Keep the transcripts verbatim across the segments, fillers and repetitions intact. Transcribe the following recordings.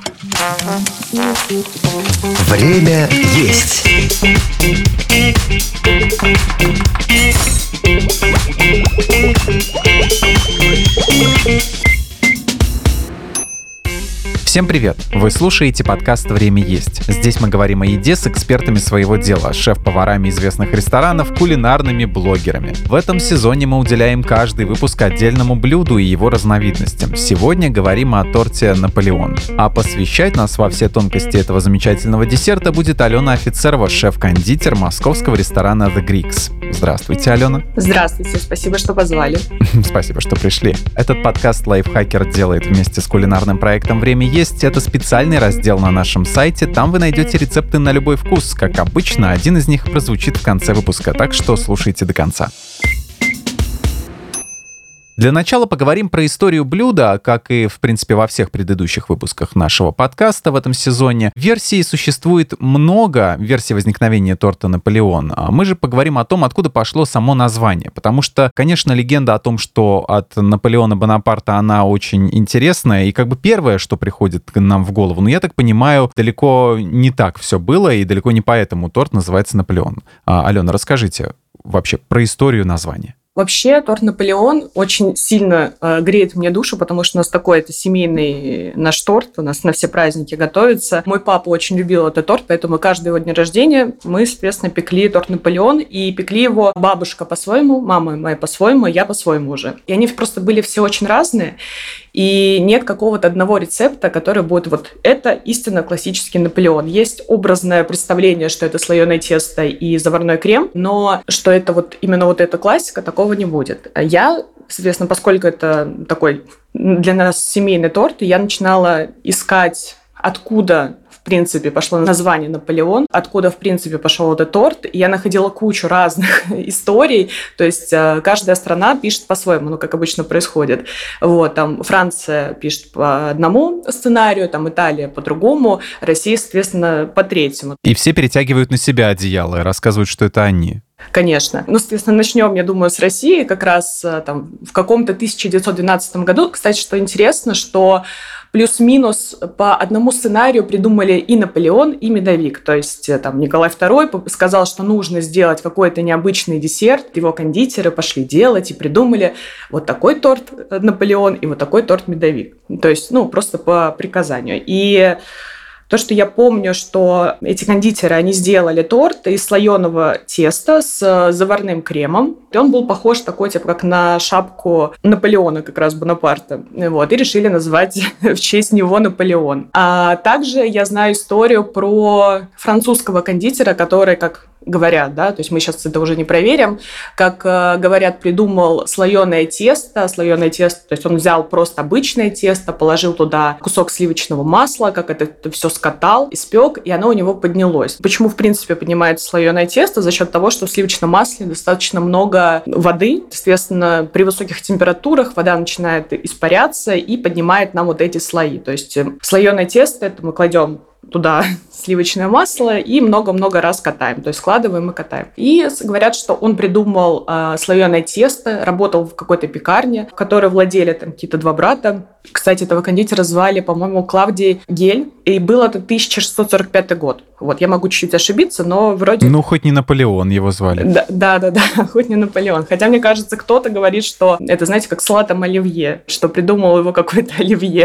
Время есть. Всем привет! Вы слушаете подкаст «Время есть». Здесь мы говорим о еде с экспертами своего дела, шеф-поварами известных ресторанов, кулинарными блогерами. В этом сезоне мы уделяем каждый выпуск отдельному блюду и его разновидностям. Сегодня говорим о торте «Наполеон». А посвящать нас во все тонкости этого замечательного десерта будет Алена Офицерова, шеф-кондитер московского ресторана The Greeks. Здравствуйте, Алена. Здравствуйте, спасибо, что позвали. Спасибо, что пришли. Этот подкаст лайфхакер делает вместе с кулинарным проектом «Время есть». Это специальный раздел на нашем сайте. Там вы найдете рецепты на любой вкус. Как обычно, один из них прозвучит в конце выпуска, так что слушайте до конца. Для начала поговорим про историю блюда, как и, в принципе, во всех предыдущих выпусках нашего подкаста в этом сезоне. Версий существует много, версий возникновения торта «Наполеон». А мы же поговорим о том, откуда пошло само название. Потому что, конечно, легенда о том, что от Наполеона Бонапарта она очень интересная, и как бы первое, что приходит к нам в голову. Но я так понимаю, далеко не так все было, и далеко не поэтому торт называется «Наполеон». А, Алена, расскажите вообще про историю названия. Вообще, торт «Наполеон» очень сильно э, греет мне душу, потому что у нас такой это семейный наш торт, у нас на все праздники готовится. Мой папа очень любил этот торт, поэтому каждый его день рождения мы, соответственно, пекли торт «Наполеон», и пекли его бабушка по-своему, мама моя по-своему, я по-своему уже. И они просто были все очень разные, и нет какого-то одного рецепта, который будет вот это истинно классический «Наполеон». Есть образное представление, что это слоеное тесто и заварной крем, но что это вот именно вот эта классика, такого не будет. Я, соответственно, поскольку это такой для нас семейный торт, я начинала искать, откуда в принципе пошло название «Наполеон», откуда в принципе пошел этот торт. И я находила кучу разных историй, то есть каждая страна пишет по-своему, ну, как обычно происходит. Вот, там Франция пишет по одному сценарию, там Италия по другому, Россия, соответственно, по третьему. И все перетягивают на себя одеяло и рассказывают, что это они. Конечно. Ну, соответственно, начнем, я думаю, с России. Как раз там в каком-то тысяча девятьсот двенадцатом году, кстати, что интересно, что плюс-минус по одному сценарию придумали и Наполеон, и Медовик. То есть там Николай второй сказал, что нужно сделать какой-то необычный десерт. Его кондитеры пошли делать и придумали вот такой торт Наполеон и вот такой торт Медовик. То есть, ну, просто по приказанию. И то, что я помню, что эти кондитеры, они сделали торт из слоеного теста с заварным кремом. И он был похож такой, типа, как на шапку Наполеона, как раз Бонапарта. Вот, и решили назвать в честь него Наполеон. А также я знаю историю про французского кондитера, который, как говорят, да, то есть мы сейчас это уже не проверим, как э, говорят, придумал слоеное тесто, слоеное тесто, то есть он взял просто обычное тесто, положил туда кусок сливочного масла, как это, это все скатал, испек, и оно у него поднялось. Почему, в принципе, поднимается слоеное тесто? За счет того, что в сливочном масле достаточно много воды, соответственно, при высоких температурах вода начинает испаряться и поднимает нам вот эти слои. То есть слоеное тесто, это мы кладем туда сливочное масло и много-много раз катаем, то есть складываем и катаем. И говорят, что он придумал э, слоеное тесто, работал в какой-то пекарне, в которой владели там какие-то два брата. Кстати, этого кондитера звали, по-моему, Клавдий Гель, и был это тысяча шестьсот сорок пятый год. Вот, я могу чуть-чуть ошибиться, но вроде... Ну, хоть не Наполеон его звали. Да-да-да, хоть не Наполеон. Хотя, мне кажется, кто-то говорит, что это, знаете, как салатом оливье, что придумал его какой-то оливье.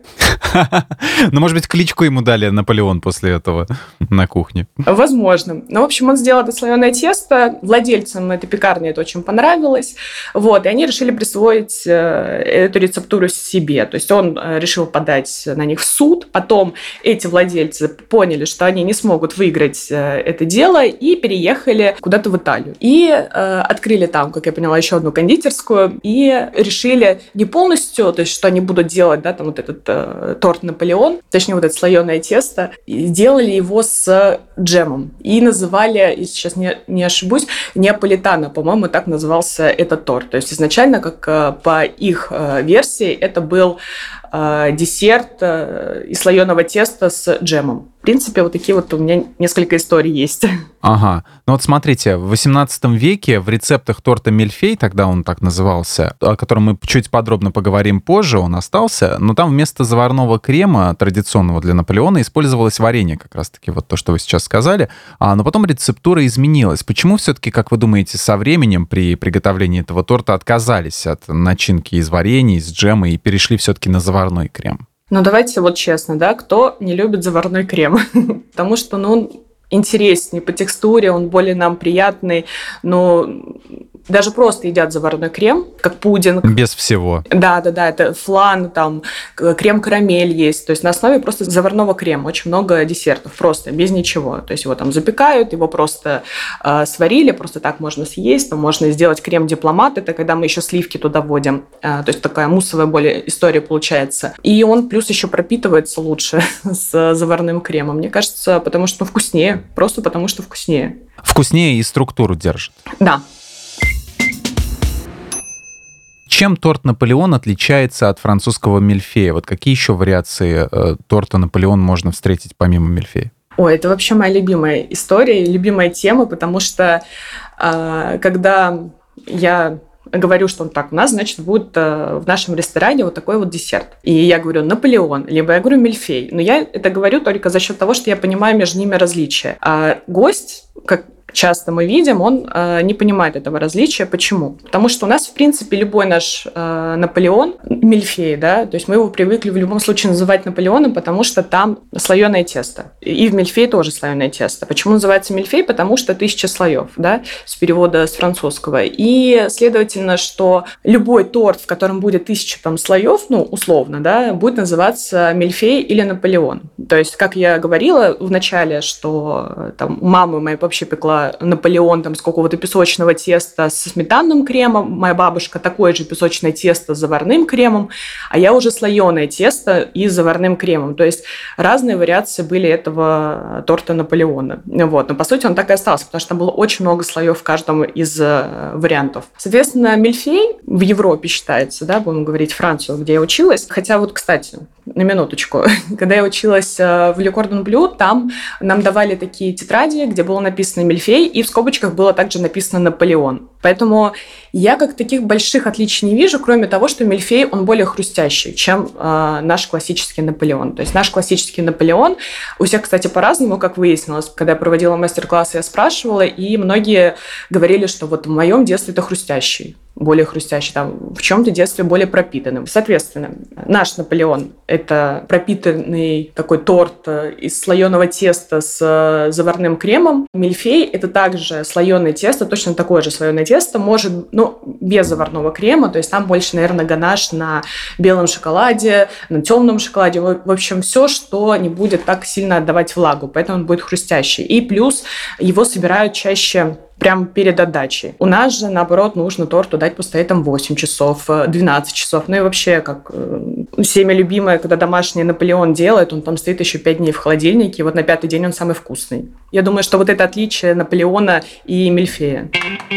Ну, может быть, кличку ему дали Наполеон после этого на кухне. Возможно. Ну, в общем, он сделал это слоеное тесто. Владельцам этой пекарни это очень понравилось. Вот, и они решили присвоить эту рецептуру себе. То есть он решил подать на них в суд. Потом эти владельцы поняли, что они не смогут выиграть это дело, и переехали куда-то в Италию. И э, открыли там, как я поняла, еще одну кондитерскую, и решили не полностью, то есть что они будут делать, да, там вот этот э, торт Наполеон, точнее вот это слоеное тесто, и делали его с джемом. И называли, и сейчас не, не ошибусь, неаполитано, по-моему, так назывался этот торт. То есть изначально, как э, по их э, версии, это был десерт из слоеного теста с джемом. В принципе, вот такие вот у меня несколько историй есть. Ага. Ну вот смотрите, в восемнадцатом веке в рецептах торта мильфей, тогда он так назывался, о котором мы чуть подробно поговорим позже, он остался, но там вместо заварного крема, традиционного для Наполеона, использовалось варенье, как раз-таки вот то, что вы сейчас сказали, а, но потом рецептура изменилась. Почему все-таки, как вы думаете, со временем при приготовлении этого торта отказались от начинки из варенья, из джема и перешли все-таки на заварной крем? Ну, давайте вот честно, да, кто не любит заварной крем? Потому что, ну, он интереснее по текстуре, он более нам приятный, но даже просто едят заварной крем, как пудинг. Без всего. Да-да-да, это флан, там, крем-карамель есть, то есть на основе просто заварного крема, очень много десертов, просто, без ничего. То есть его там запекают, его просто э, сварили, просто так можно съесть, там можно сделать крем-дипломат, это когда мы еще сливки туда вводим, э, то есть такая муссовая более история получается. И он плюс еще пропитывается лучше с заварным кремом, мне кажется, потому что вкуснее, просто потому что вкуснее. Вкуснее и структуру держит. Да. Чем торт Наполеон отличается от французского мильфея? Вот какие еще вариации э, торта Наполеон можно встретить помимо мильфея? Ой, это вообще моя любимая история, любимая тема, потому что э, когда я говорю, что он так, у нас, значит, будет э, в нашем ресторане вот такой вот десерт. И я говорю Наполеон, либо я говорю мильфей. Но я это говорю только за счет того, что я понимаю между ними различия. А гость, как часто мы видим, он э, не понимает этого различия. Почему? Потому что у нас, в принципе, любой наш э, Наполеон, мильфей, да, то есть мы его привыкли в любом случае называть Наполеоном, потому что там слоеное тесто. И в мильфей тоже слоеное тесто. Почему называется мильфей? Потому что тысяча слоев, да, с перевода с французского. И, следовательно, что любой торт, в котором будет тысяча там слоев, ну, условно, да, будет называться мильфей или Наполеон. То есть, как я говорила в начале, что там мама моя вообще пекла Наполеон там с какого-то песочного теста со сметанным кремом, моя бабушка такое же песочное тесто с заварным кремом, а я уже слоеное тесто и с заварным кремом. То есть разные вариации были этого торта Наполеона. Вот. Но по сути он так и остался, потому что там было очень много слоев в каждом из вариантов. Соответственно, мильфей в Европе считается, да, будем говорить Францию, где я училась. Хотя вот, кстати, на минуточку, когда я училась в Le Cordon Bleu, там нам давали такие тетради, где было написано мильфей, и в скобочках было также написано Наполеон. Поэтому я как таких больших отличий не вижу, кроме того, что мильфей, он более хрустящий, чем э, наш классический Наполеон. То есть наш классический Наполеон, у всех, кстати, по-разному, как выяснилось, когда я проводила мастер-классы, я спрашивала, и многие говорили, что вот в моем детстве это хрустящий, более хрустящий, там, в чем-то детстве более пропитанным. Соответственно, наш Наполеон – это пропитанный такой торт из слоеного теста с заварным кремом. Мильфей – это также слоеное тесто, точно такое же слоеное тесто, может, ну, без заварного крема, то есть там больше, наверное, ганаш на белом шоколаде, на темном шоколаде, в общем, все, что не будет так сильно отдавать влагу, поэтому он будет хрустящий. И плюс его собирают чаще прямо перед отдачей. У нас же, наоборот, нужно торту дать постоять там восемь часов, двенадцать часов. Ну и вообще, как всеми любимое, когда домашний Наполеон делает, он там стоит еще пять дней в холодильнике, и вот на пятый день он самый вкусный. Я думаю, что вот это отличие Наполеона и мильфея.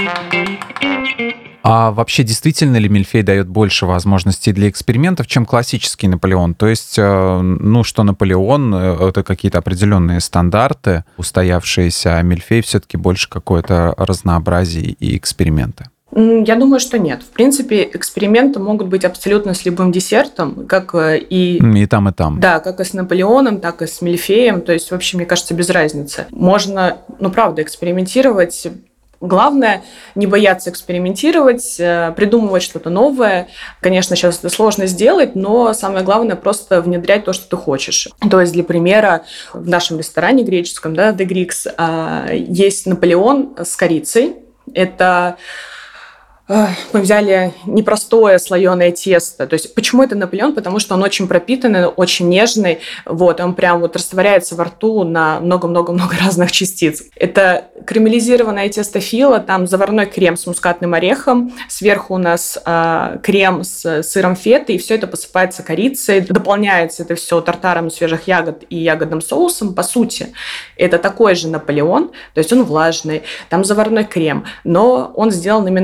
А вообще, действительно ли мильфей дает больше возможностей для экспериментов, чем классический Наполеон? То есть, ну, что Наполеон — это какие-то определенные стандарты, устоявшиеся, а мильфей все-таки больше какое-то разнообразие и эксперименты? Я думаю, что нет. В принципе, эксперименты могут быть абсолютно с любым десертом, как и... И там, и там. Да, как и с Наполеоном, так и с мильфеем. То есть, вообще, мне кажется, без разницы. Можно, ну, правда, экспериментировать. Главное – не бояться экспериментировать, придумывать что-то новое. Конечно, сейчас это сложно сделать, но самое главное – просто внедрять то, что ты хочешь. То есть, для примера, в нашем ресторане греческом, да, De Greeks, есть Наполеон с корицей. Это... Мы взяли непростое слоеное тесто. То есть, почему это Наполеон? Потому что он очень пропитанный, очень нежный. Вот, он прям вот растворяется во рту на много-много-много разных частиц. Это карамелизированное тесто фила, там заварной крем с мускатным орехом. Сверху у нас э, крем с сыром фета, и все это посыпается корицей. Дополняется это все тартаром свежих ягод и ягодным соусом. По сути, это такой же Наполеон. То есть, он влажный, там заварной крем, но он сделан именно под греческую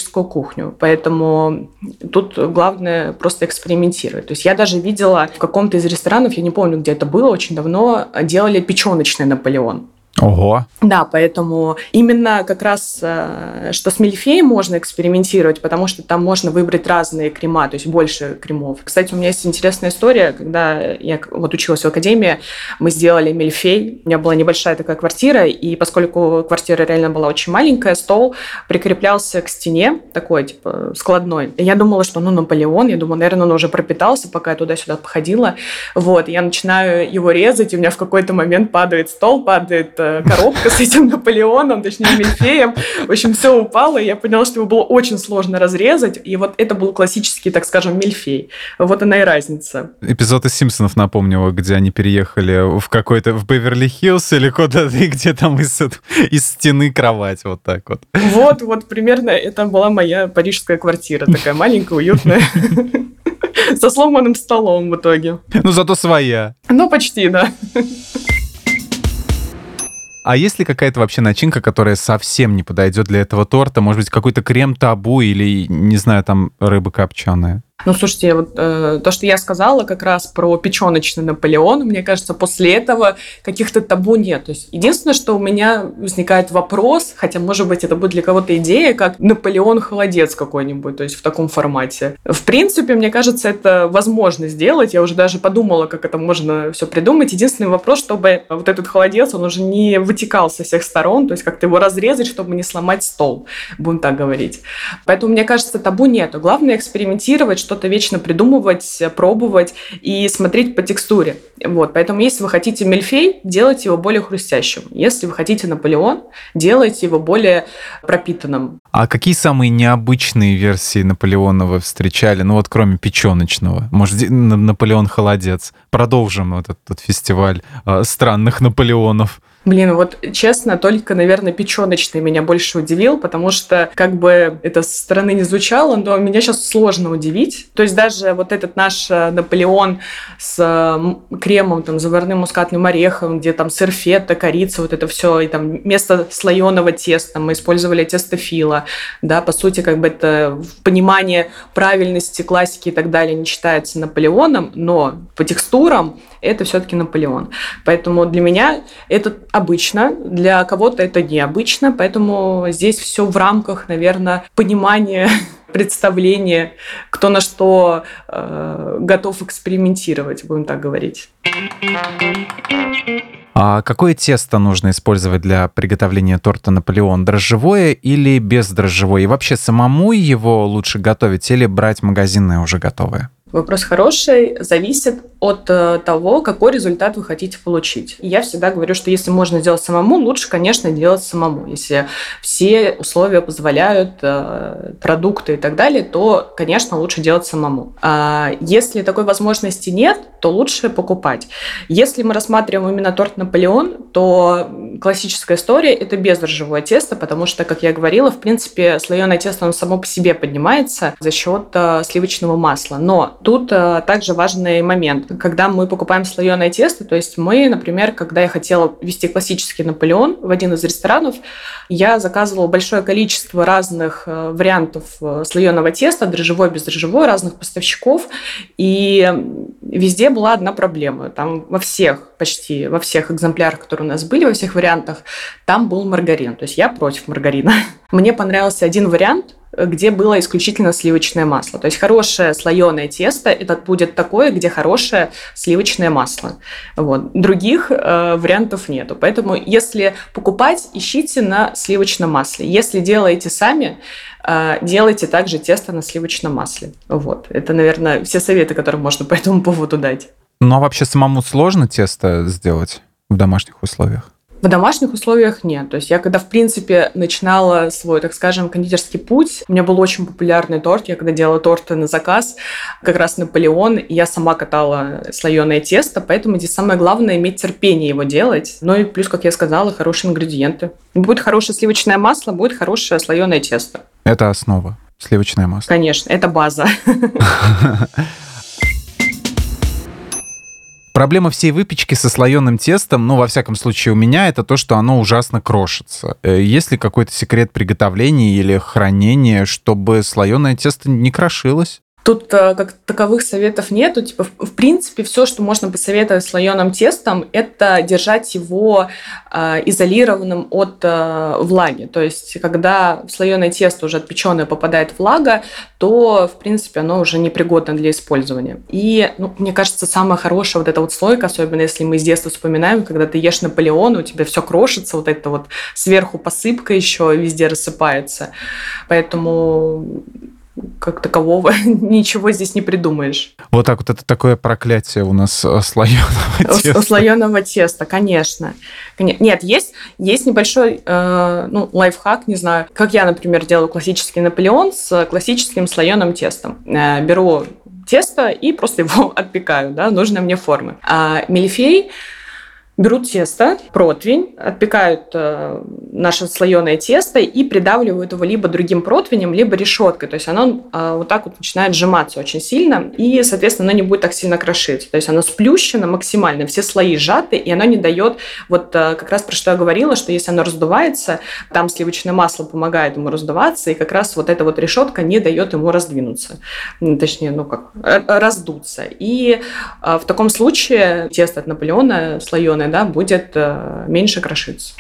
греческую кухню. Поэтому тут главное просто экспериментировать. То есть я даже видела в каком-то из ресторанов, я не помню, где это было, очень давно, делали печёночный Наполеон. Ого! Да, поэтому именно как раз, что с мильфеем можно экспериментировать, потому что там можно выбрать разные крема, то есть больше кремов. Кстати, у меня есть интересная история, когда я вот училась в академии, мы сделали мильфей, у меня была небольшая такая квартира, и поскольку квартира реально была очень маленькая, стол прикреплялся к стене, такой, типа, складной. И я думала, что, ну, Наполеон, я думала, наверное, он уже пропитался, пока я туда-сюда походила. Вот, я начинаю его резать, и у меня в какой-то момент падает стол, падает коробка с этим Наполеоном, точнее, мильфеем. В общем, все упало, и я поняла, что его было очень сложно разрезать. И вот это был классический, так скажем, мильфей. Вот она и разница. Эпизод из «Симпсонов» напомнил, где они переехали в какой-то, в Беверли-Хиллз или куда-то, и где там из, из стены кровать, вот так вот. Вот, вот примерно это была моя парижская квартира, такая маленькая, уютная, со сломанным столом в итоге. Ну, зато своя. Ну, почти, да. А есть ли какая-то вообще начинка, которая совсем не подойдет для этого торта? Может быть, какой-то крем-табу или, не знаю, там, рыба копченая? Ну, слушайте, вот э, то, что я сказала как раз про печёночный Наполеон, мне кажется, после этого каких-то табу нет. То есть единственное, что у меня возникает вопрос, хотя, может быть, это будет для кого-то идея, как Наполеон-холодец какой-нибудь, то есть в таком формате. В принципе, мне кажется, это возможно сделать. Я уже даже подумала, как это можно все придумать. Единственный вопрос, чтобы вот этот холодец, он уже не вытекал со всех сторон, то есть как-то его разрезать, чтобы не сломать стол, будем так говорить. Поэтому, мне кажется, табу нету. Главное экспериментировать, что-то вечно придумывать, пробовать и смотреть по текстуре. Вот. Поэтому, если вы хотите мильфей, делайте его более хрустящим. Если вы хотите Наполеон, делайте его более пропитанным. А какие самые необычные версии Наполеона вы встречали? Ну вот кроме печёночного. Может, Наполеон-холодец. Продолжим этот, этот фестиваль э, странных Наполеонов. Блин, вот честно, только, наверное, печёночный меня больше удивил, потому что, как бы это со стороны не звучало, но меня сейчас сложно удивить. То есть даже вот этот наш Наполеон с кремом, там, заварным мускатным орехом, где там сыр фета, корица, вот это все, и там вместо слоеного теста мы использовали тесто фила, да, по сути, как бы это в понимании правильности, классики и так далее не считается Наполеоном, но по текстурам это все-таки Наполеон. Поэтому для меня это обычно, для кого-то это необычно, поэтому здесь все в рамках, наверное, понимания, представления, кто на что э, готов экспериментировать, будем так говорить. А какое тесто нужно использовать для приготовления торта Наполеон? Дрожжевое или бездрожжевое? И вообще самому его лучше готовить или брать магазинное уже готовое? Вопрос хороший, зависит от э, того, какой результат вы хотите получить. И я всегда говорю, что если можно сделать самому, лучше, конечно, делать самому. Если все условия позволяют, э, продукты и так далее, то, конечно, лучше делать самому. А если такой возможности нет, то лучше покупать. Если мы рассматриваем именно торт Наполеон, то классическая история – это бездрожжевое тесто, потому что, как я говорила, в принципе, слоеное тесто оно само по себе поднимается за счет э, сливочного масла. Но тут а, также важный момент. Когда мы покупаем слоеное тесто, то есть мы, например, когда я хотела вести классический Наполеон в один из ресторанов, я заказывала большое количество разных а, вариантов а, слоеного теста, дрожжевое, бездрожжевое, разных поставщиков, и везде была одна проблема. Там во всех, почти во всех экземплярах, которые у нас были, во всех вариантах, там был маргарин. То есть я против маргарина. Мне понравился один вариант, где было исключительно сливочное масло. То есть хорошее слоеное тесто, это будет такое, где хорошее сливочное масло. Вот. Других э, вариантов нету. Поэтому, если покупать, ищите на сливочном масле. Если делаете сами, э, делайте также тесто на сливочном масле. Вот. Это, наверное, все советы, которые можно по этому поводу дать. Ну, а вообще самому сложно тесто сделать в домашних условиях? В домашних условиях нет. То есть я когда, в принципе, начинала свой, так скажем, кондитерский путь, у меня был очень популярный торт. Я когда делала торты на заказ, как раз Наполеон, и я сама катала слоеное тесто, поэтому здесь самое главное иметь терпение его делать. Ну и плюс, как я сказала, хорошие ингредиенты. Будет хорошее сливочное масло, будет хорошее слоеное тесто. Это основа. Сливочное масло. Конечно, это база. Проблема всей выпечки со слоеным тестом, ну, во всяком случае, у меня, это то, что оно ужасно крошится. Есть ли какой-то секрет приготовления или хранения, чтобы слоеное тесто не крошилось? Тут э, как таковых советов нету. Типа, в, в принципе, все, что можно посоветовать слоеным тестом, это держать его э, изолированным от э, влаги. То есть, когда в слоеное тесто уже отпеченное попадает влага, то, в принципе, оно уже непригодно для использования. И, ну, мне кажется, самая хорошая вот эта вот слойка, особенно если мы с детства вспоминаем, когда ты ешь Наполеон, у тебя все крошится, вот это вот сверху посыпка еще везде рассыпается. Поэтому как такового ничего здесь не придумаешь. Вот так вот, это такое проклятие у нас слоеного теста. У слоеного теста, конечно. Нет, есть, есть небольшой э, ну, лайфхак, не знаю, как я, например, делаю классический Наполеон с классическим слоеным тестом. Э, беру тесто и просто его отпекаю, да, нужной мне формы. А мильфей берут тесто, противень, отпекают э, наше слоеное тесто и придавливают его либо другим противнем, либо решеткой. То есть оно э, вот так вот начинает сжиматься очень сильно, и, соответственно, оно не будет так сильно крошиться. То есть оно сплющено максимально, все слои сжаты, и оно не дает, вот э, как раз про что я говорила, что если оно раздувается, там сливочное масло помогает ему раздуваться, и как раз вот эта вот решетка не дает ему раздвинуться. Точнее, ну как, раздуться. И э, в таком случае тесто от Наполеона слоеное, да, будет э, меньше крошиться.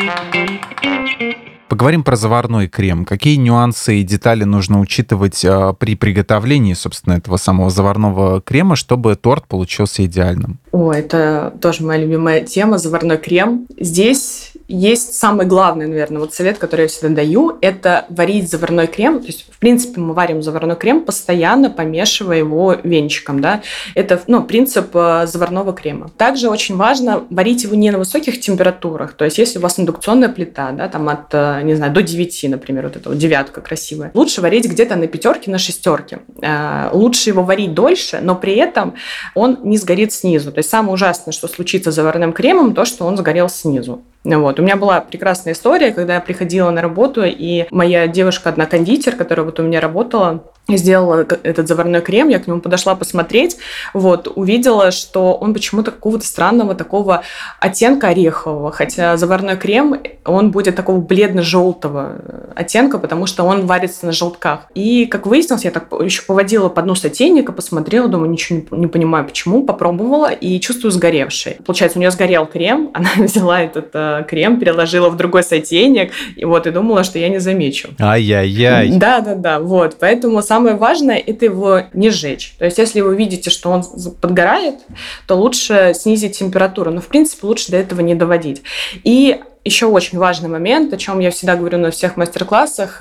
Поговорим про заварной крем. Какие нюансы и детали нужно учитывать э, при приготовлении, собственно, этого самого заварного крема, чтобы торт получился идеальным? О, это тоже моя любимая тема, заварной крем. Здесь есть самый главный, наверное, вот совет, который я всегда даю, это варить заварной крем. То есть, в принципе, мы варим заварной крем, постоянно помешивая его венчиком, да. Это, ну, принцип заварного крема. Также очень важно варить его не на высоких температурах. То есть, если у вас индукционная плита, да, там от, не знаю, до девяти, например, вот эта вот девятка красивая, лучше варить где-то на пятерке, на шестерке. Лучше его варить дольше, но при этом он не сгорит снизу. То есть, самое ужасное, что случится с заварным кремом, то, что он сгорел снизу. Вот. У меня была прекрасная история, когда я приходила на работу, и моя девушка, одна кондитер, которая вот у меня работала, сделала этот заварной крем, я к нему подошла посмотреть, вот, увидела, что он почему-то какого-то странного такого оттенка орехового, хотя заварной крем, он будет такого бледно-желтого оттенка, потому что он варится на желтках. И, как выяснилось, я так еще поводила по дну сотейника, посмотрела, думаю, ничего не, не понимаю, почему, попробовала и чувствую сгоревший. Получается, у нее сгорел крем, она взяла этот крем, переложила в другой сотейник, и вот, и думала, что я не замечу. Ай-яй-яй. Да-да-да, вот, поэтому самое важное – это его не сжечь. То есть, если вы видите, что он подгорает, то лучше снизить температуру, но, в принципе, лучше до этого не доводить. И еще очень важный момент, о чем я всегда говорю на всех мастер-классах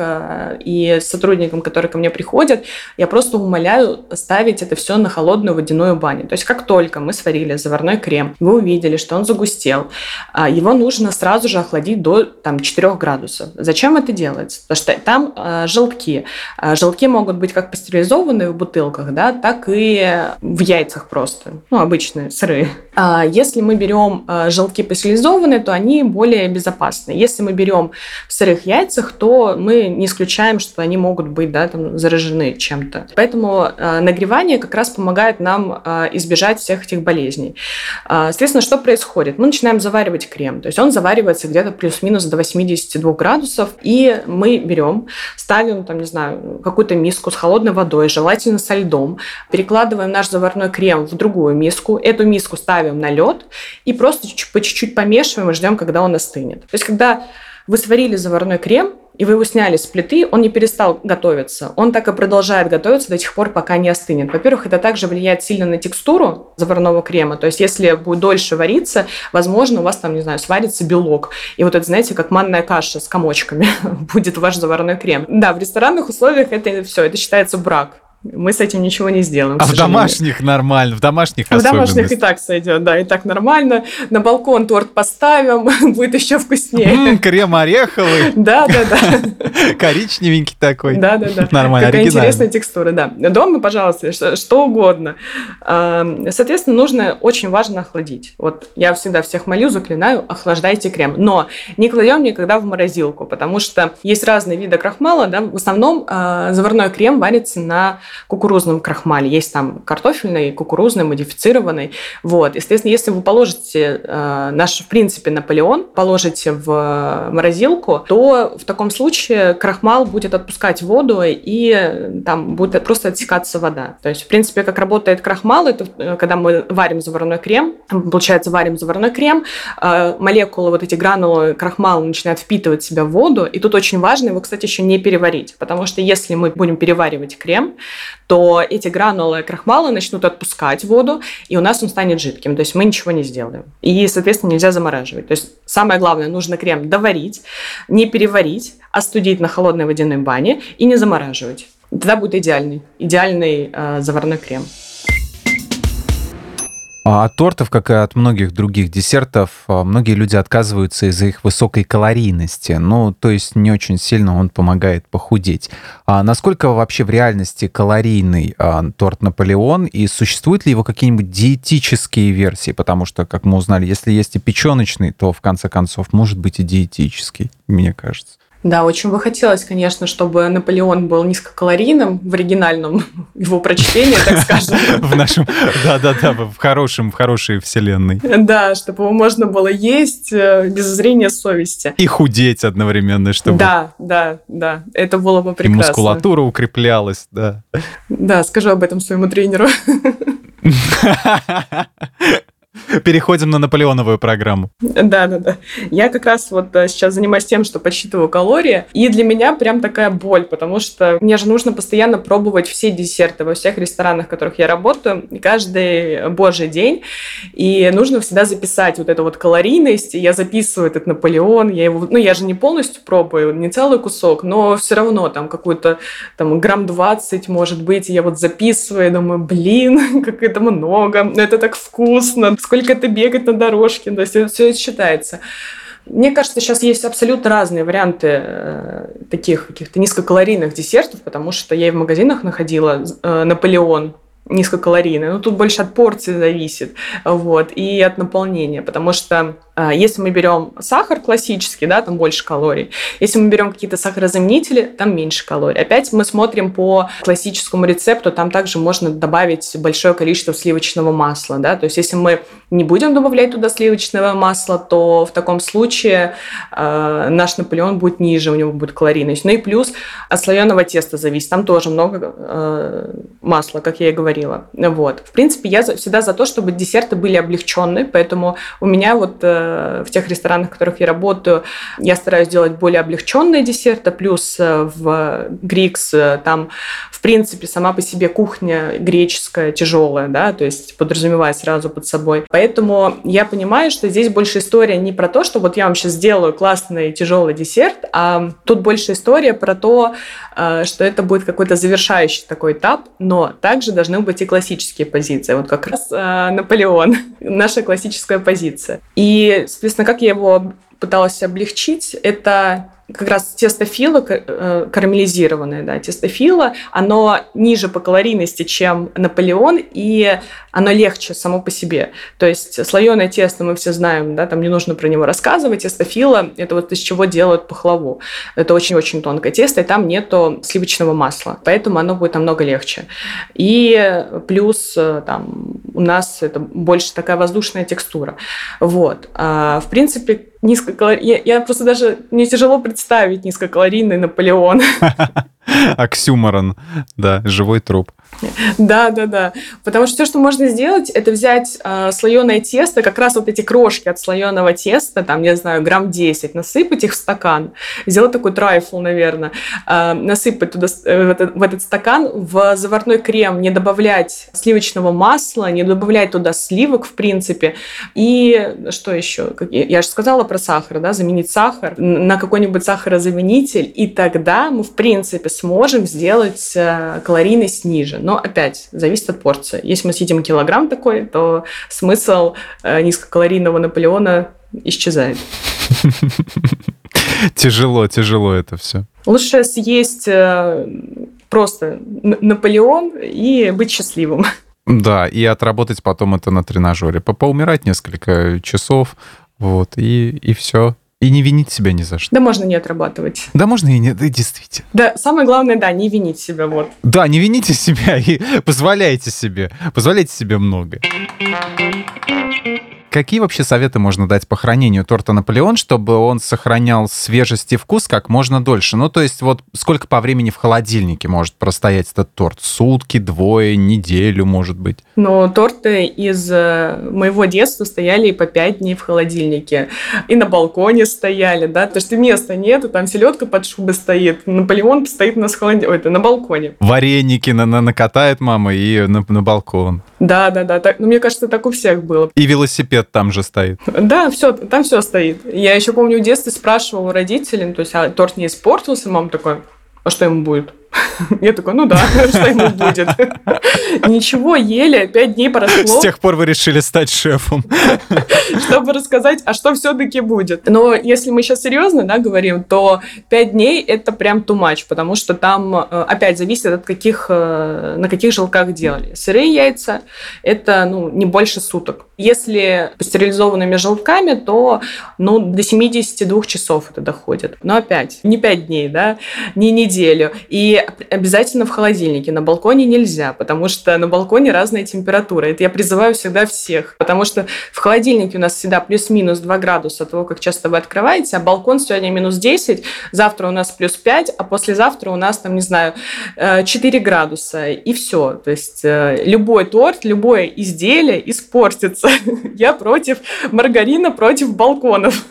и сотрудникам, которые ко мне приходят, я просто умоляю ставить это все на холодную водяную баню. То есть как только мы сварили заварной крем, вы увидели, что он загустел, его нужно сразу же охладить до там, четырех градусов. Зачем это делается? Потому что там желтки. Желтки могут быть как пастеризованные в бутылках, да, так и в яйцах просто. Ну, обычные, сырые. Если мы берем желтки пастеризованные, то они более безопасны. Если мы берем в сырых яйцах, то мы не исключаем, что они могут быть, да, там, заражены чем-то. Поэтому э, нагревание как раз помогает нам э, избежать всех этих болезней. Э, соответственно, что происходит? Мы начинаем заваривать крем. То есть он заваривается где-то плюс-минус до восьмидесяти двух градусов, и мы берем, ставим, там, не знаю, какую-то миску с холодной водой, желательно со льдом, перекладываем наш заварной крем в другую миску, эту миску ставим на лед и просто по чуть-чуть помешиваем и ждем, когда он остынет. То есть, когда вы сварили заварной крем, и вы его сняли с плиты, он не перестал готовиться. Он так и продолжает готовиться до тех пор, пока не остынет. Во-первых, это также влияет сильно на текстуру заварного крема. То есть, если будет дольше вариться, возможно, у вас там, не знаю, сварится белок. И вот это, знаете, как манная каша с комочками будет ваш заварной крем. Да, в ресторанных условиях это все, это считается брак. Мы с этим ничего не сделаем. А в домашних нормально, в домашних В домашних и так сойдет, да, и так нормально. На балкон торт поставим, будет еще вкуснее. М-м, крем ореховый. Да, да, да. Коричневенький такой. Да, да, да. Нормально, какая оригинально. Интересная текстура, да. Дома, пожалуйста, что, что угодно. Соответственно, нужно, очень важно охладить. Вот я всегда всех молю, заклинаю, охлаждайте крем. Но не кладем никогда в морозилку, потому что есть разные виды крахмала, да. В основном заварной крем варится на кукурузном крахмале. Есть там картофельный, кукурузный, модифицированный. Вот. И, соответственно, если вы положите э, наш, в принципе, Наполеон, положите в морозилку, то в таком случае крахмал будет отпускать воду, и там будет просто отсекаться вода. То есть, в принципе, как работает крахмал, это когда мы варим заварной крем, получается, варим заварной крем, э, молекулы, вот эти гранулы крахмала начинают впитывать в себя воду, и тут очень важно его, кстати, еще не переварить, потому что если мы будем переваривать крем, то эти гранулы крахмала начнут отпускать воду, и у нас он станет жидким, то есть мы ничего не сделаем. И, соответственно, нельзя замораживать. То есть самое главное, нужно крем доварить, не переварить, остудить на холодной водяной бане и не замораживать. Тогда будет идеальный, идеальный э, заварной крем. От тортов, как и от многих других десертов, многие люди отказываются из-за их высокой калорийности. Ну, то есть не очень сильно он помогает похудеть. А насколько вообще в реальности калорийный а, торт Наполеон, и существуют ли его какие-нибудь диетические версии? Потому что, как мы узнали, если есть и печеночный, то в конце концов может быть и диетический, мне кажется. Да, очень бы хотелось, конечно, чтобы Наполеон был низкокалорийным в оригинальном его прочтении, так скажем. В нашем, да-да-да, в хорошем, в хорошей вселенной. Да, чтобы его можно было есть без зрения совести. И худеть одновременно, чтобы... Да, да, да, это было бы прекрасно. И мускулатура укреплялась, да. Да, скажу об этом своему тренеру. Переходим на наполеоновую программу. Да-да-да. Я как раз вот сейчас занимаюсь тем, что подсчитываю калории, и для меня прям такая боль, потому что мне же нужно постоянно пробовать все десерты во всех ресторанах, в которых я работаю, каждый божий день, и нужно всегда записать вот эту вот калорийность, и я записываю этот Наполеон, я его, ну, я же не полностью пробую, не целый кусок, но все равно там какой-то там грамм двадцать, может быть, я вот записываю, думаю, блин, как это много, это так вкусно, сколько это бегать на дорожке, то есть это все это считается. Мне кажется, сейчас есть абсолютно разные варианты э, таких каких-то низкокалорийных десертов, потому что я и в магазинах находила э, Наполеон низкокалорийный, но тут больше от порции зависит, вот, и от наполнения, потому что э, если мы берем сахар классический, да, там больше калорий, если мы берем какие-то сахарозаменители, там меньше калорий. Опять мы смотрим по классическому рецепту, там также можно добавить большое количество сливочного масла, да, то есть если мы не будем добавлять туда сливочного масла, то в таком случае э, наш Наполеон будет ниже, у него будет калорийность. Ну и плюс от слоеного теста зависит, там тоже много э, масла, как я и говорила. Вот. В принципе, я всегда за то, чтобы десерты были облегченные, поэтому у меня вот э, в тех ресторанах, в которых я работаю, я стараюсь делать более облегченные десерты, плюс э, в Грикс э, там, в принципе, сама по себе кухня греческая, тяжелая, да, то есть подразумевая сразу под собой. Поэтому я понимаю, что здесь больше история не про то, что вот я вам сейчас сделаю классный тяжелый десерт, а тут больше история про то, э, что это будет какой-то завершающий такой этап, но также должны быть и классические позиции. Вот как раз э, Наполеон, наша классическая позиция. И, соответственно, как я его пыталась облегчить, это как раз тесто фила карамелизированное, да, тесто фила, оно ниже по калорийности, чем Наполеон, и оно легче само по себе. То есть слоеное тесто мы все знаем, да, там не нужно про него рассказывать. Тесто фила – это вот из чего делают пахлаву. Это очень-очень тонкое тесто, и там нету сливочного масла, поэтому оно будет намного легче. И плюс там у нас это больше такая воздушная текстура. Вот. А, в принципе, низкокалорийный... Я, я просто даже... Мне тяжело представить низкокалорийный Наполеон. Оксюморон, да, живой труп. Да, да, да. Потому что все, что можно сделать, это взять э, слоеное тесто, как раз вот эти крошки от слоеного теста, там, я знаю, грамм десять, насыпать их в стакан, сделать такой трайфл, наверное, э, насыпать туда, э, в, этот, в этот стакан, в заварной крем не добавлять сливочного масла, не добавлять туда сливок, в принципе. И что еще? Я же сказала про сахар, да, заменить сахар на какой-нибудь сахарозаменитель, и тогда мы, в принципе, сможем сделать э, калорийность ниже. Но опять, зависит от порции. Если мы съедим килограмм такой, то смысл э, низкокалорийного Наполеона исчезает. Тяжело, тяжело это все. Лучше съесть э, просто Наполеон и быть счастливым. Да, и отработать потом это на тренажере. Поумирать несколько часов, вот, и, и все. И не винить себя ни за что. Да можно не отрабатывать. Да можно и не, да, действительно. Да, самое главное, да, не винить себя, вот. Да, не вините себя и позволяйте себе, позволяйте себе многое. Какие вообще советы можно дать по хранению торта «Наполеон», чтобы он сохранял свежесть и вкус как можно дольше? Ну, то есть вот сколько по времени в холодильнике может простоять этот торт? Сутки, двое, неделю, может быть? Но торты из моего детства стояли и по пять дней в холодильнике. И на балконе стояли, да, потому что места нету, там селедка под шубой стоит, Наполеон стоит на, холод... Ой, это на балконе. Вареники на -на накатает мама и на, на балкон. Да, да, да. Так, ну, мне кажется, так у всех было. И велосипед там же стоит. Да, все, там все стоит. Я еще помню, в детстве спрашивала у родителей, ну, то есть, а торт не испортился? Мама такой, а что ему будет? Я такой, ну да, что ему будет? Ничего, ели, пять дней прошло. С тех пор вы решили стать шефом. Чтобы рассказать, а что все-таки будет. Но если мы сейчас серьезно, да, говорим, то пять дней это прям too much, потому что там опять зависит от каких, на каких желтках делали. Сырые яйца это, ну, не больше суток. Если пастеризованными желтками, то, ну, до семьдесят два часов это доходит. Но опять, не пять дней, да, не неделю. И обязательно в холодильнике. На балконе нельзя, потому что на балконе разная температура. Это я призываю всегда всех, потому что в холодильнике у нас всегда плюс-минус два градуса от того, как часто вы открываете, а балкон сегодня минус десять, завтра у нас плюс пять, а послезавтра у нас, там, не знаю, четыре градуса, и все. То есть любой торт, любое изделие испортится. Я против маргарина, против балконов.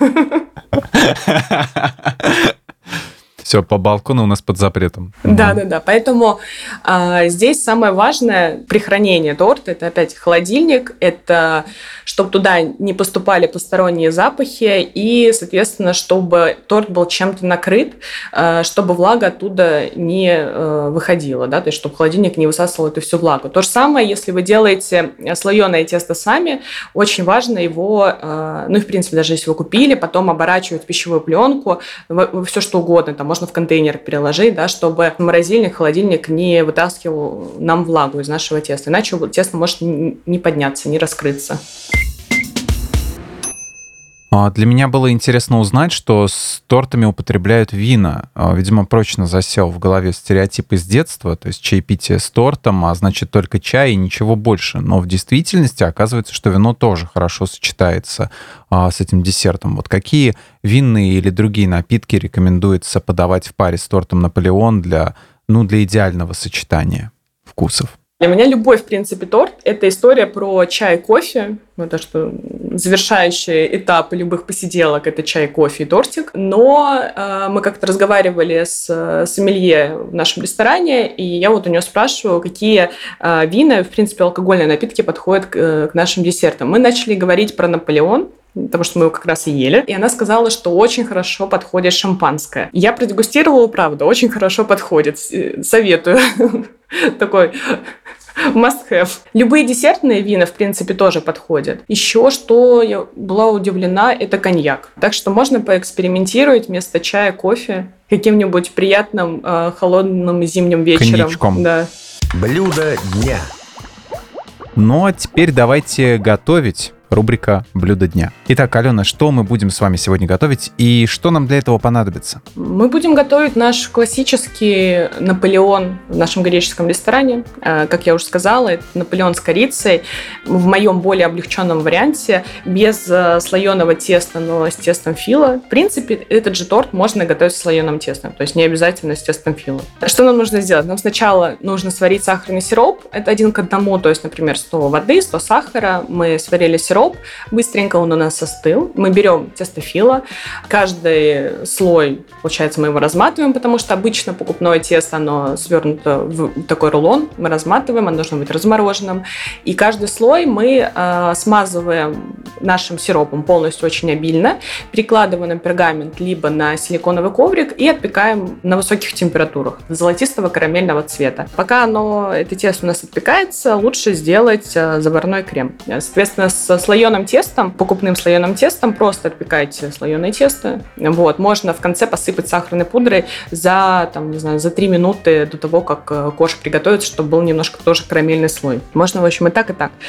Все, по балкону у нас под запретом. Да, да, да. Поэтому а, здесь самое важное при хранении торта — это опять холодильник, это чтобы туда не поступали посторонние запахи и, соответственно, чтобы торт был чем-то накрыт, а, чтобы влага оттуда не а, выходила, да, то есть чтобы холодильник не высасывал эту всю влагу. То же самое, если вы делаете слоеное тесто сами, очень важно его, а, ну и в принципе даже если вы купили, потом оборачивать в пищевую пленку, все что угодно, там можно в контейнер переложить, да, чтобы морозильник, холодильник не вытаскивал нам влагу из нашего теста. Иначе тесто может не подняться, не раскрыться. Для меня было интересно узнать, что с тортами употребляют вина. Видимо, прочно засел в голове стереотип из детства, то есть чаепитие с тортом, а значит только чай и ничего больше. Но в действительности оказывается, что вино тоже хорошо сочетается а, с этим десертом. Вот какие винные или другие напитки рекомендуется подавать в паре с тортом «Наполеон» для, ну, для идеального сочетания вкусов? Для меня любой, в принципе, торт – это история про чай и кофе. Ну, то, что завершающий этап любых посиделок – это чай, кофе и тортик. Но э, мы как-то разговаривали с сомелье в нашем ресторане, и я вот у нее спрашиваю, какие э, вина, в принципе, алкогольные напитки подходят к, к нашим десертам. Мы начали говорить про «Наполеон», потому что мы его как раз и ели. И она сказала, что очень хорошо подходит шампанское. Я продегустировала, правда, очень хорошо подходит. Советую. Такой must have. Любые десертные вина, в принципе, тоже подходят. Еще, что я была удивлена, это коньяк. Так что можно поэкспериментировать вместо чая, кофе каким-нибудь приятным э, холодным зимним вечером. Коньячком. Да. Блюдо дня. Ну, а теперь давайте готовить. Рубрика «Блюдо дня». Итак, Алена, что мы будем с вами сегодня готовить и что нам для этого понадобится? Мы будем готовить наш классический Наполеон в нашем греческом ресторане. Как я уже сказала, это Наполеон с корицей. В моем более облегченном варианте, без слоеного теста, но с тестом фила. В принципе, этот же торт можно готовить с слоеным тестом, то есть не обязательно с тестом фила. Что нам нужно сделать? Нам сначала нужно сварить сахарный сироп. Это один к одному, то есть, например, сто воды, сто сахара. Мы сварили сироп. Быстренько он у нас остыл. Мы берем тесто фила. Каждый слой, получается, мы его разматываем, потому что обычно покупное тесто, оно свернуто в такой рулон. Мы разматываем, оно должно быть размороженным. И каждый слой мы э, смазываем нашим сиропом полностью очень обильно, перекладываем на пергамент либо на силиконовый коврик и отпекаем на высоких температурах золотистого карамельного цвета. Пока оно, это тесто у нас отпекается, лучше сделать э, заварной крем. Соответственно, с слоеным тестом, покупным слоеным тестом, просто отпекаете слоеное тесто. Вот. Можно в конце посыпать сахарной пудрой за, там, не знаю, за три минуты до того, как корж приготовится, чтобы был немножко тоже карамельный слой. Можно, в общем, и так, и так.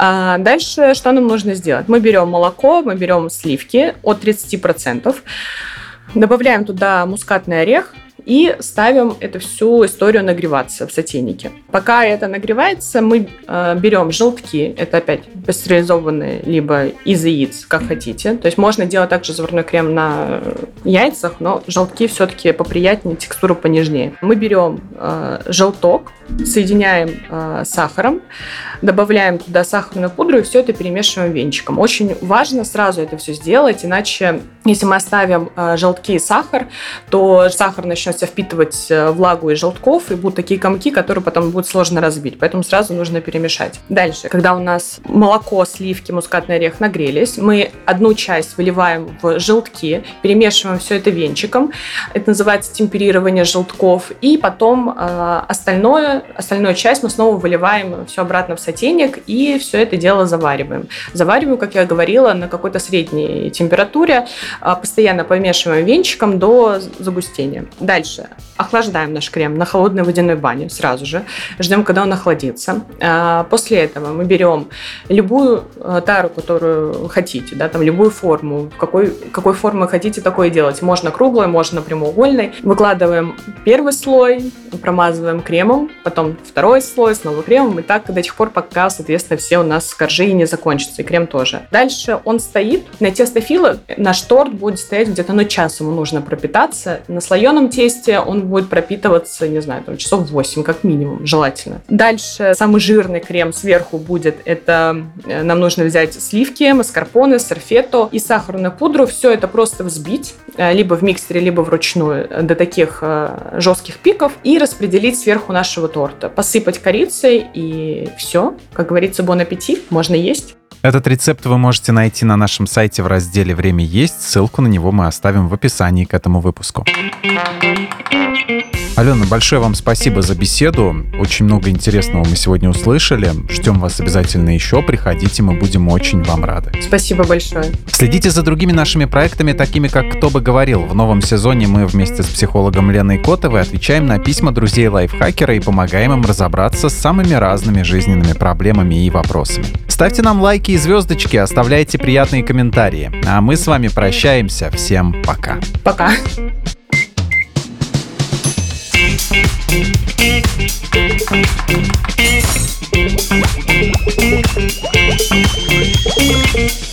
А дальше что нам нужно сделать? Мы берем молоко, мы берем сливки от тридцать процентов, добавляем туда мускатный орех, и ставим эту всю историю нагреваться в сотейнике. Пока это нагревается, мы э, берем желтки, это опять пастеризованные, либо из яиц, как хотите. То есть можно делать также заварной крем на яйцах, но желтки все-таки поприятнее, текстуру понежнее. Мы берем э, желток, соединяем э, с сахаром, добавляем туда сахарную пудру и все это перемешиваем венчиком. Очень важно сразу это все сделать, иначе, если мы оставим э, желтки и сахар, то сахар начнет впитывать влагу из желтков, и будут такие комки, которые потом будет сложно разбить. Поэтому сразу нужно перемешать. Дальше, когда у нас молоко, сливки, мускатный орех нагрелись, мы одну часть выливаем в желтки, перемешиваем все это венчиком. Это называется темперирование желтков. И потом э, остальное, остальную часть мы снова выливаем все обратно в сотейник и все это дело завариваем. Завариваем, как я говорила, на какой-то средней температуре. Э, постоянно помешиваем венчиком до загустения. Дальше. Охлаждаем наш крем на холодной водяной бане сразу же. Ждем, когда он охладится. После этого мы берем любую тару, которую хотите, да, там любую форму. Какой, какой формы хотите, такой делать. Можно круглой, можно прямоугольной. Выкладываем первый слой, промазываем кремом, потом второй слой, снова кремом. И так до тех пор, пока, соответственно, все у нас коржи не закончатся, и крем тоже. Дальше он стоит. На тестофиле наш торт будет стоять где-то, ну, час ему нужно пропитаться. На слоеном тесте он будет пропитываться, не знаю, там, часов восемь как минимум, желательно. Дальше самый жирный крем сверху будет, это нам нужно взять сливки, маскарпоне, сорфетто и сахарную пудру. Все это просто взбить, либо в миксере, либо вручную до таких жестких пиков и распределить сверху нашего торта. Посыпать корицей и все. Как говорится, бон аппетит, можно есть. Этот рецепт вы можете найти на нашем сайте в разделе «Время есть». Ссылку на него мы оставим в описании к этому выпуску. Алена, большое вам спасибо за беседу. Очень много интересного мы сегодня услышали. Ждем вас обязательно еще. Приходите, мы будем очень вам рады. Спасибо большое. Следите за другими нашими проектами, такими как «Кто бы говорил». В новом сезоне мы вместе с психологом Леной Котовой отвечаем на письма друзей лайфхакера и помогаем им разобраться с самыми разными жизненными проблемами и вопросами. Ставьте нам лайки и звездочки, оставляйте приятные комментарии. А мы с вами прощаемся. Всем пока. Пока. Thank you.